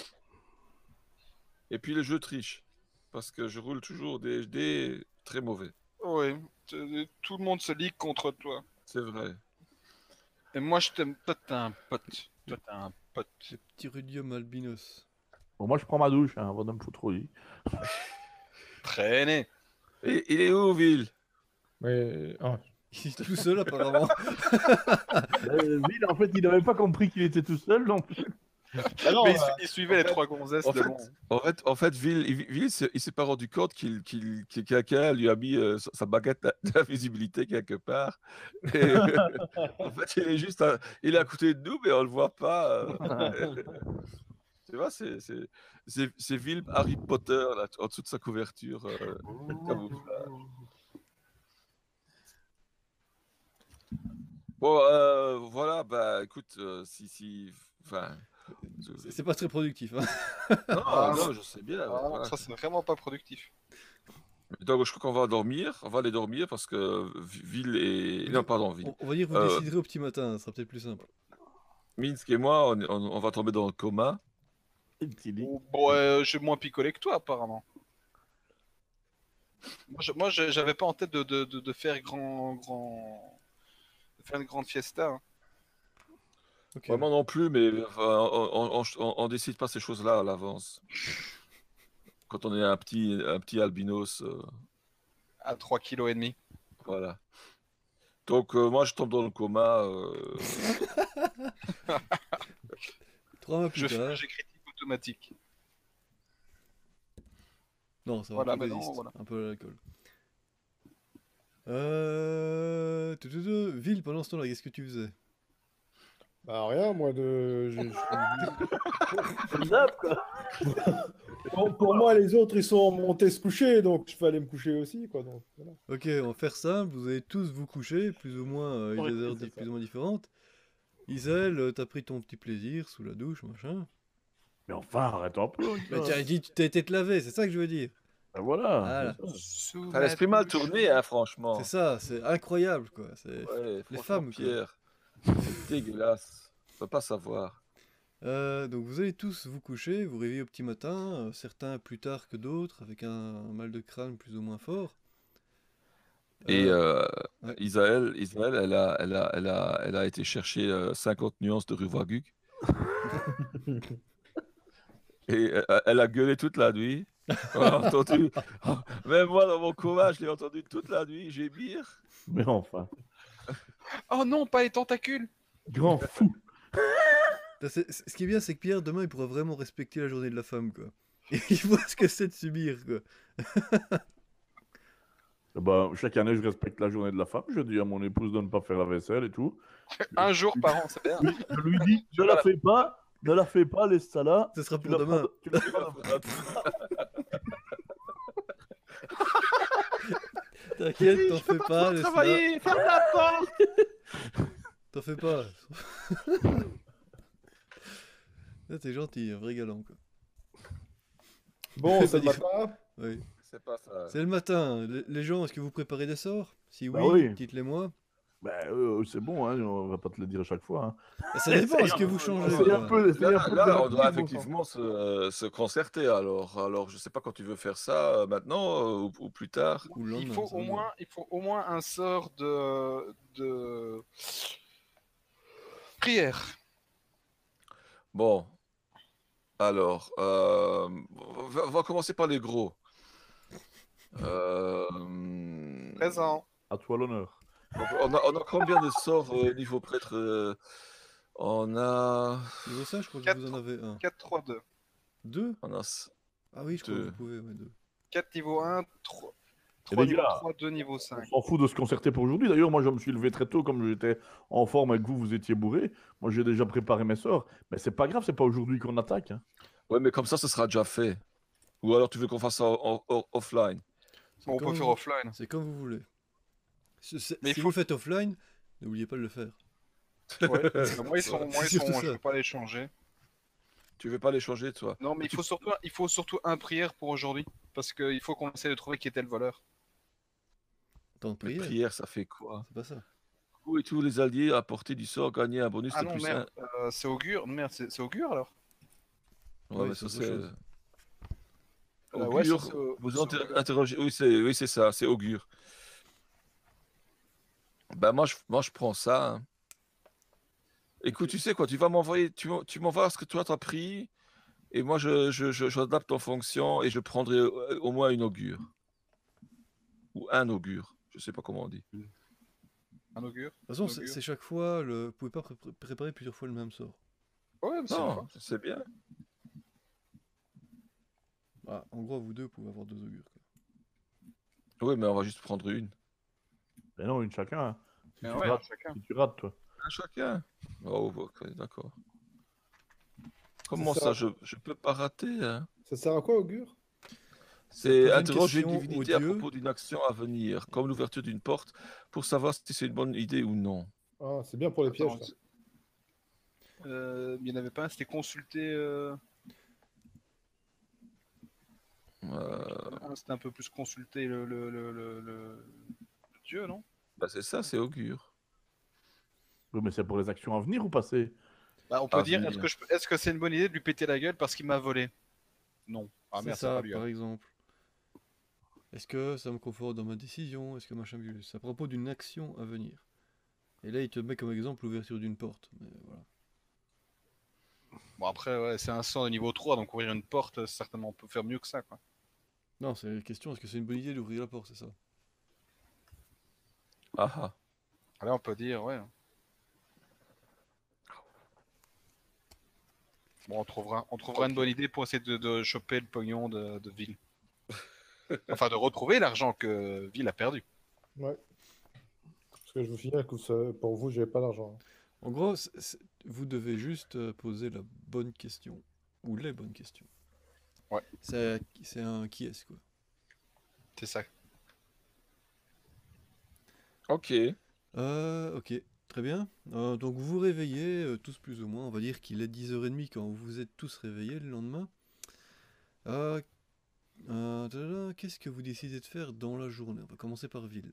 Et puis le jeu triche, parce que je roule toujours des dés très mauvais. Oui, tout le monde se ligue contre toi. C'est vrai. Et moi, je t'aime. Toi, t'es un pote. Toi, t'es un pote. Le petit rudium albinos. Bon, moi, je prends ma douche, hein, avant de me foutre au lit. Traîné. Et il est où, Ville? Mais ah, Il est tout seul apparemment. Ville, en fait, il n'avait pas compris qu'il était tout seul, non plus. ah non, Mais il suivait les fait- trois gonzesses En de fait, long. en fait, Ville, il s'est pas rendu compte que quelqu'un lui a mis sa baguette d'invisibilité quelque part. Et, en fait, il est juste, il est à côté de nous, mais on le voit pas. Tu vois, c'est Ville Harry Potter là, en dessous de sa couverture. Camouflage. Bon, voilà, bah écoute, enfin, C'est pas très productif. Hein. non, Ah, non, je sais bien. Ah, Voilà. ça, c'est vraiment pas productif. Donc, je crois qu'on va dormir. On va aller dormir parce que Ville et. Non, pardon, Ville. On va dire vous Euh, déciderez au petit matin, ça sera peut-être plus simple. Minsk et moi, on va tomber dans le coma. Petit lit. Bon, j'ai moins picolé que toi, apparemment. J'avais pas en tête de faire de faire une grande fiesta. Hein. Ok. Vraiment non plus, mais enfin, on décide pas ces choses-là à l'avance. Quand on est un petit albinos, À 3,5 kg. voilà. Donc, moi, je tombe dans le coma. 3 mois plus Je fais un tard. jet critique automatique. Non, ça va, Voilà, tout bah non, résiste. voilà. Un peu à l'alcool. Ville, pendant ce temps-là, qu'est-ce que tu faisais? bah rien, moi Comme d'hab, quoi. pour moi, les autres ils sont montés se coucher, donc je vais aller me coucher aussi, quoi. Donc, voilà. Ok, on va faire simple. Vous allez tous vous coucher, plus ou moins Ouais, des heures c'est ça. plus ou moins différentes. Isel, t'as pris ton petit plaisir sous la douche, machin. Mais enfin, arrête un peu. Mais tu as dit tu t'as été te laver, c'est ça que je veux dire. Ben voilà. Voilà. c'est ça. Sous T'as la l'esprit mal douche. tourné, hein, franchement. C'est ça, c'est incroyable quoi. C'est Ouais, les franchement, femmes, quoi. Pierre, c'est dégueulasse. On peut pas savoir. Donc vous allez tous vous coucher, vous réveillez au petit matin, certains plus tard que d'autres, avec un mal de crâne plus ou moins fort. Et ouais. Isaël, elle a été chercher 50 nuances de Ruvaguk. Et elle a gueulé toute la nuit. On a entendu. Même moi, dans mon coma, je l'ai entendu toute la nuit. Gémir. Mais enfin. Oh non, pas les tentacules. Grand fou. Ce qui est bien, c'est que Pierre, demain, il pourra vraiment respecter la journée de la femme, quoi. Et il voit ce que c'est de subir, quoi. Bah, chaque année, je respecte la journée de la femme. Je dis à mon épouse de ne pas faire la vaisselle et tout. Un jour par an, c'est bien. Je lui dis, ne la fais pas, laisse ça là. Ce sera Tu pour la demain. feras- tu la feras demain. T'inquiète, t'en fais pas, laisse-la. Travailler, ferme la porte. T'en fais pas. Là, t'es gentil, un vrai galant, quoi. Bon, c'est Ça le dit- matin. Oui. C'est pas ça. C'est le matin. Les gens, est-ce que vous préparez des sorts? Si Bah oui, oui. dites-les moi. Bah, c'est bon, hein, on va pas te le dire à chaque fois. Hein. Ça dépend, est-ce que vous changez? C'est un quoi. peu, c'est un Là, peu là, on doit délectif, bon sang. effectivement se concerter. Alors, je sais pas quand tu veux faire ça, maintenant ou plus tard. Ou le lendemain, Il faut ça au va. moins, il faut au moins un sort de prière. Bon, alors, on va commencer par les gros. Euh, Présent. À toi l'honneur. on a combien de sorts niveau prêtre On a, Niveau ça, je crois que Quatre. vous en avez un. 4, 3, 2. 2? on a s- Ah oui, je crois que Deux. vous pouvez, ouais, 2. 4 niveau 1, 3. 3 les niveau gars, 3, 2 niveau On 5. s'en fout de se concerter pour aujourd'hui. D'ailleurs, moi, je me suis levé très tôt, comme j'étais en forme et que vous étiez bourré. Moi, j'ai déjà préparé mes sorts. Mais c'est pas grave, c'est pas aujourd'hui qu'on attaque. Hein. Ouais, mais comme ça, ce sera déjà fait. Ou alors tu veux qu'on fasse ça offline? C'est Bon, on comme peut faire vous- offline. C'est comme vous voulez. Mais il Si faut- vous faites offline, n'oubliez pas de le faire. Ouais. Moi, C'est surtout je ça. peux pas les changer. Tu veux pas les changer, toi? Non, mais il faut surtout un prière pour aujourd'hui. Parce qu'il faut qu'on essaie de trouver qui était le voleur. Temps de Mais prière, prière, ça fait quoi? c'est pas ça. Vous et tous les alliés apporter du sort, gagner un bonus Ah de non, plus merde. C'est augure. Merde, c'est augure alors? 1. Ouais, Oui, mais c'est ça, autre c'est. chose. Ouais, ça, Augure, c'est vous c'est augure. interrogez. Oui, c'est ça, c'est augure. Ben, moi, je prends ça. Hein. Écoute, tu sais quoi, tu vas m'envoyer, tu m'envoies ce que toi t'as pris, et moi, j'adapte en fonction, et je prendrai au moins une augure. Ou un augure. Je sais pas comment on dit. Un augure? De toute façon, Un augure. c'est chaque fois, vous pouvez pas préparer plusieurs fois le même sort. Ouais, mais c'est une Non, fois. c'est bien. Ah, en gros, vous deux pouvez avoir 2 augures. Quoi. Oui, mais on va juste prendre une. Mais non, une chacun. Hein. Mais tu ouais, rates, chacun. si tu rates, toi. Un chacun. Oh, ok, d'accord. Comment C'est ça, ça. je peux pas rater, hein? Ça sert à quoi, augure? C'est poser une interroger une question divinité au à dieu. propos d'une action à venir, comme l'ouverture d'une porte, pour savoir si c'est une bonne idée ou non. Ah, c'est bien pour les pièges. Attends, Ça. il n'y en avait pas un, c'était consulter. C'était un peu plus consulter le dieu, non? Bah, c'est ça, c'est augure. Oui, mais c'est pour les actions à venir ou passées? Bah, on peut À dire, venir. est-ce que c'est une bonne idée de lui péter la gueule parce qu'il m'a volé? Non. Ah C'est merde, c'est ça, pas lui. par hein. exemple. Est-ce que ça me conforte dans ma décision? Est-ce que machin bidule? C'est à propos d'une action à venir. Et là, il te met comme exemple l'ouverture d'une porte. Mais voilà. Bon, après, ouais, c'est un sort de niveau 3, donc ouvrir une porte, certainement, on peut faire mieux que ça, quoi. Non, c'est la question, est-ce que c'est une bonne idée d'ouvrir la porte, c'est ça? Ah ah. Là, on peut dire, ouais. Bon, on trouvera une bonne idée pour essayer de choper le pognon de Ville. Enfin, de retrouver l'argent que Ville a perdu. Ouais. Parce que je vous signale que pour vous, j'ai pas d'argent. En gros, vous devez juste poser la bonne question. Ou les bonnes questions. Ouais. C'est un qui est-ce, quoi. C'est ça. Ok. Ok, très bien. Donc vous vous réveillez tous plus ou moins. On va dire qu'il est 10h30 quand vous vous êtes tous réveillés le lendemain. Qu'est-ce que vous décidez de faire dans la journée? On va commencer par Ville.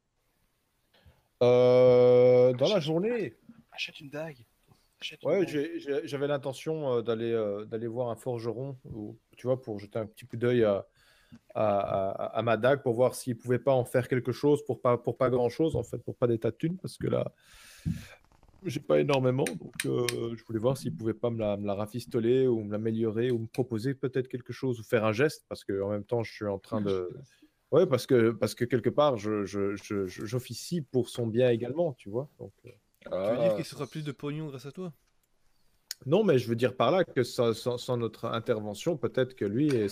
Dans la journée, Achète une dague. Achète une ouais, dague. j'avais l'intention d'aller voir un forgeron, tu vois, pour jeter un petit coup d'œil à ma dague pour voir s'il pouvait pas en faire quelque chose pour pas grand-chose, en fait, pour pas des tas de thunes, parce que là, j'ai pas énormément, donc je voulais voir s'il pouvait pas me la rafistoler ou me l'améliorer ou me proposer peut-être quelque chose ou faire un geste, parce que en même temps, je suis en train de... Ouais, parce que quelque part, j'officie pour son bien également, tu vois. Donc, Tu veux dire Ah, qu'il sera plus de pognon grâce à toi? non, mais je veux dire par là que sans notre intervention, peut-être que lui et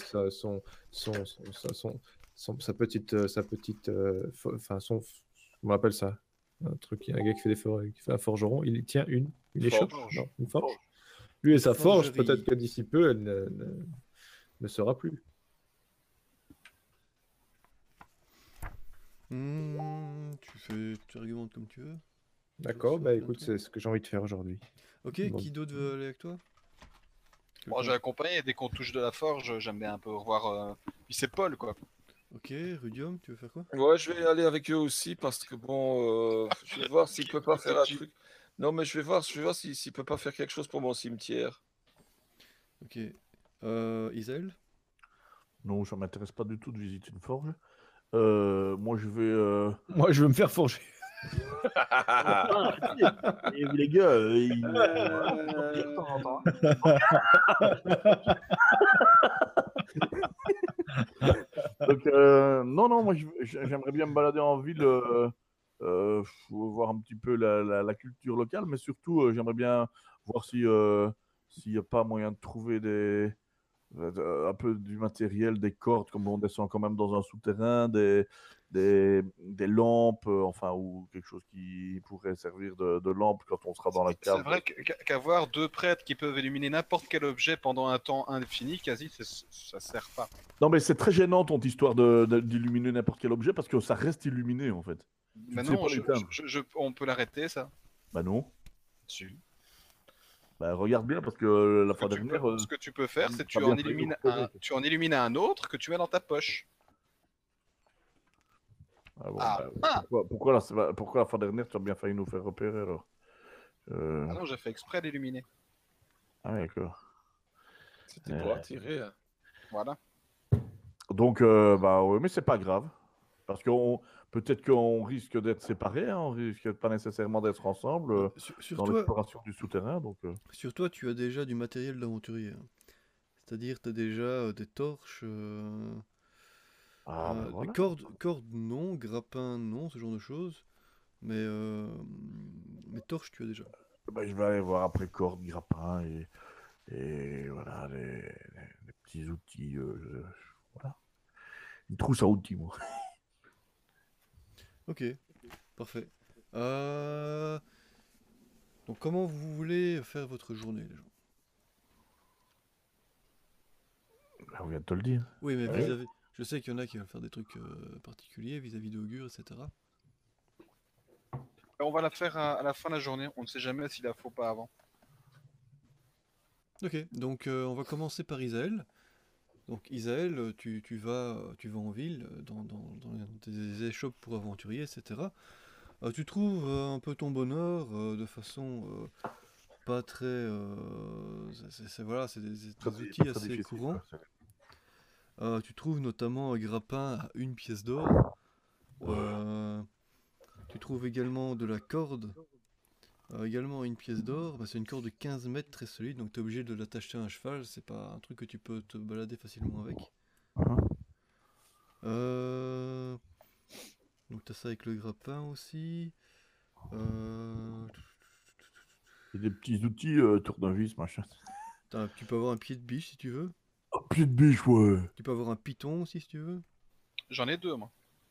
sa petite, enfin on appelle ça, un truc, un gars qui fait un forgeron, il tient une échoppe, Forge. non, une forge. Lui et sa forge, Forgerie. peut-être que d'ici peu, elle ne sera plus. Tu argumentes comme tu veux. D'accord, Ça, bah plein écoute, de c'est ce que j'ai envie de faire aujourd'hui. Ok, Bon. qui d'autre veut aller avec toi? Moi, j'ai accompagné, et dès qu'on touche de la forge, j'aime bien un peu revoir. Puis c'est Paul, quoi. Ok, Rudium, tu veux faire quoi? ouais, je vais aller avec eux aussi parce que bon, je vais voir s'il peut pas faire un truc. Non, mais je vais voir s'il peut pas faire quelque chose pour mon cimetière. Ok. Isaël? Non, ça m'intéresse pas du tout de visiter une forge. Moi, je vais... Moi, je veux me faire forger. Et les gars, Donc, non, moi, j'aimerais bien me balader en ville, voir un petit peu la culture locale, mais surtout, j'aimerais bien voir s'il n'y a pas moyen de trouver Un peu du matériel, des cordes, comme on descend quand même dans un souterrain, des lampes, enfin, ou quelque chose qui pourrait servir de lampe quand on sera dans la C'est cave. vrai qu'avoir 2 prêtres qui peuvent illuminer n'importe quel objet pendant un temps indéfini, quasi, ça sert pas. Non, mais c'est très gênant ton histoire d'illuminer n'importe quel objet parce que ça reste illuminé en fait. Tu ne sais Maintenant, pas l'éteindre. on peut l'arrêter, ça. Bah non. Si. Bah regarde bien parce que la fois dernière. Ce que tu peux faire, c'est ça tu a en bien failli élimines nous repérer. tu en élimines un autre que tu mets dans ta poche. Ah bon, Ah, bah, pourquoi la fois dernière tu as bien failli nous faire repérer alors? Ah non, j'ai fait exprès d'illuminer. Ah ouais, d'accord. C'était pour attirer. Hein. Voilà. Donc bah ouais, mais c'est pas grave parce que peut-être qu'on risque d'être séparés, hein, on risque pas nécessairement d'être ensemble Sur dans toi, l'exploration du souterrain. Donc sur toi, tu as déjà du matériel d'aventurier, hein. C'est-à-dire, tu as déjà des torches, ben voilà. cordes non, grappins non, ce genre de choses. Mais torches, tu as déjà. Bah, je vais aller voir après corde, grappin et voilà les petits outils. Voilà. Une trousse à outils, moi. Ok, parfait. Donc, comment vous voulez faire votre journée, les gens? Bah, on vient de te le dire. Oui, mais Ouais. vis-à-vis. Je sais qu'il y en a qui veulent faire des trucs particuliers vis-à-vis d'Augure, etc. On va la faire à la fin de la journée. On ne sait jamais s'il la faut pas avant. Ok, donc on va commencer par Isaël. Donc Isaël, tu vas en ville, dans des échoppes pour aventuriers, etc. Tu trouves un peu ton bonheur de façon pas très... voilà, c'est des outils Très assez difficile, courants. quoi. Tu trouves notamment un grappin à 1 pièce d'or. Tu trouves également de la corde, également à 1 pièce d'or. Bah, c'est une corde de 15 mètres très solide, donc tu es obligé de l'attacher à un cheval. C'est pas un truc que tu peux te balader facilement avec. Hein. Donc tu as ça avec le grappin aussi. Et des petits outils, tournevis, machin. Tu peux avoir un pied de biche si tu veux. Oh, pied de biche, ouais. Tu peux avoir un python aussi si tu veux. J'en ai 2, moi.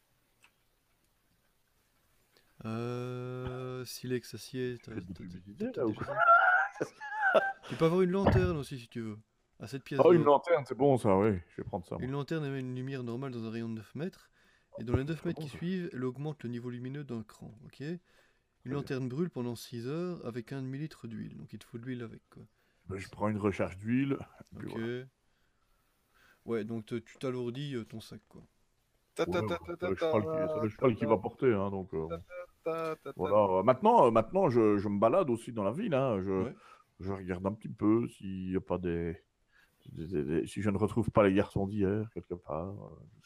Silex, acier. Fais de t'as publicité, déjà là, ou ça. Tu peux avoir une lanterne aussi si tu veux. À 7 pièces Oh, une d'or. lanterne, c'est bon ça, oui. Je vais prendre ça. Moi. Une lanterne émet une lumière normale dans un rayon de 9 mètres. Et dans les 9 mètres qui suivent, elle augmente le niveau lumineux d'un cran. Ok. Une lanterne brûle pendant 6 heures avec 1 demi-litre d'huile. Donc il te faut de l'huile avec quoi. Ben, je prends une recharge d'huile. puis Ok. voilà. Ouais, donc tu t'alourdis ton sac quoi. Ta, ta, Ouais, ta, ouais, ta, c'est ta, le cheval qui va porter, hein, donc ta, ta, ta. voilà. Maintenant, je me balade aussi dans la ville, hein. Ouais. Je regarde un petit peu s'il n'y a pas si je ne retrouve pas les garçons d'hier quelque part.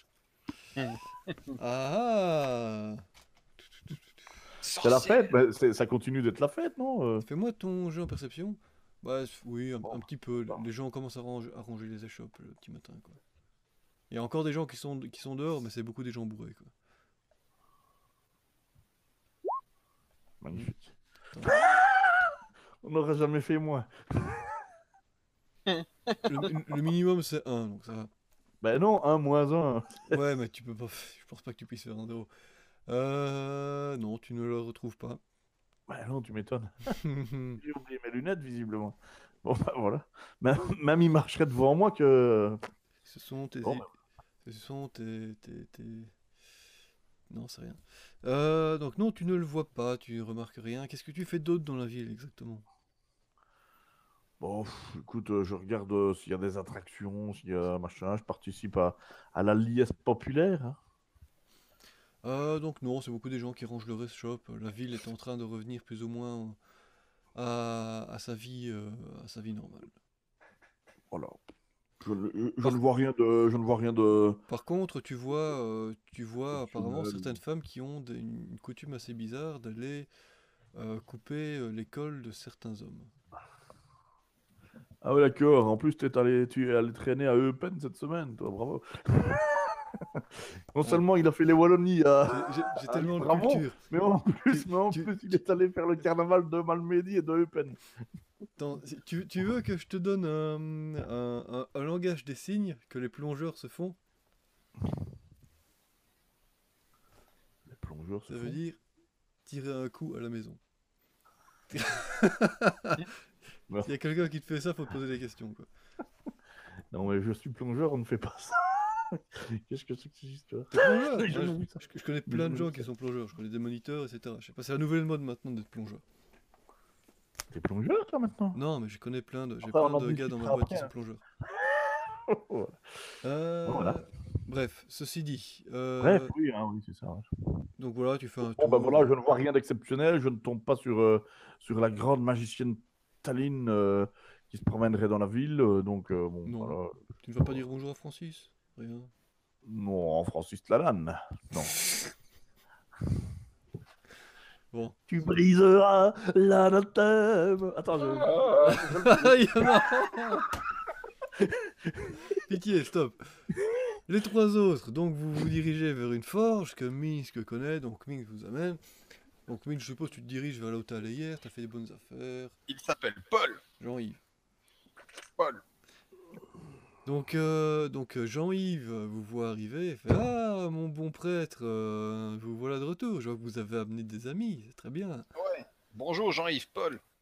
Ah. C'est la fête, mais ça continue d'être la fête, non? Fais-moi ton jeu en perception. Bah oui, un petit peu. bon. Les gens commencent à ranger les échoppes le petit matin quoi. Il y a encore des gens qui sont dehors, mais c'est beaucoup des gens bourrés quoi. Magnifique. On n'aurait jamais fait moins. Le minimum c'est 1, donc ça va. Ben non, 1 moins 1. Ouais, mais tu peux pas. Je pense pas que tu puisses faire un 0. Non, tu ne le retrouves pas. Ben non, tu m'étonnes. J'ai oublié mes lunettes, visiblement. Bon, ben voilà. Même il marcherait devant moi que... Ce sont tes. Bon, ben, Ce sont tes. Non, c'est rien. Donc non, tu ne le vois pas, tu ne remarques rien. Qu'est-ce que tu fais d'autre dans la ville exactement? bon, écoute, je regarde s'il y a des attractions, s'il y a machin. Je participe à la liesse populaire. Hein. Donc non, c'est beaucoup des gens qui rangent le rest shop. La ville est en train de revenir plus ou moins à sa vie normale. Voilà. Je ne vois rien de... Je ne vois rien de... Par contre, tu vois apparemment Exceptionnel. certaines femmes qui ont une coutume assez bizarre d'aller couper les cols de certains hommes. Ah ouais, d'accord. En plus, tu es allé traîner à Eupen cette semaine, toi, bravo. Non seulement il a fait les Wallonies J'ai tellement de Bravo. culture. mais en plus, Tu- il est allé faire le carnaval de Malmedy et de Eupen. Attends, tu veux que je te donne un langage des signes que les plongeurs se font? Les plongeurs Ça se veut font. dire tirer un coup à la maison. Non. S'il y a quelqu'un qui te fait ça, faut te poser des questions, quoi. Non, mais je suis plongeur, on ne fait pas ça. Qu'est-ce que c'est que cette histoire? T'es plongeur? J'ai Moi, jamais vu ça. je connais Mais plein je de me gens dis qui ça. sont plongeurs. Je connais des moniteurs, etc. Je sais pas, c'est la nouvelle mode maintenant d'être plongeur. T'es plongeur, toi, maintenant? Non, mais je connais plein de, j'ai Enfin, on plein en de gars dans ma discutera boîte qui après, sont hein. plongeurs. Voilà. Euh, Voilà. Bref, ceci dit, Bref, oui, hein, oui, c'est ça. donc voilà, tu fais un Bon, ben tour. voilà, je ne vois rien d'exceptionnel. Je ne tombe pas sur la grande magicienne Taline qui se promènerait dans la ville. Donc, bon, Non. voilà. Tu ne vas pas dire bonjour à Francis? Rien. Non, Francis Lalanne. Non. Bon. Tu briseras l'anathème. Attends, Il y en a- Pitié, stop. Les trois autres, donc vous vous dirigez vers une forge que Minsk connaît, donc Minsk vous amène. Donc Minsk, je suppose, tu te diriges vers là où t'es allé hier, t'as fait des bonnes affaires. Il s'appelle Paul. Jean-Yves. Paul. Donc Jean-Yves vous voit arriver et fait: Ah, mon bon prêtre, vous voilà de retour. Je vois que vous avez amené des amis, c'est très bien. Ouais. Bonjour Jean-Yves, Paul.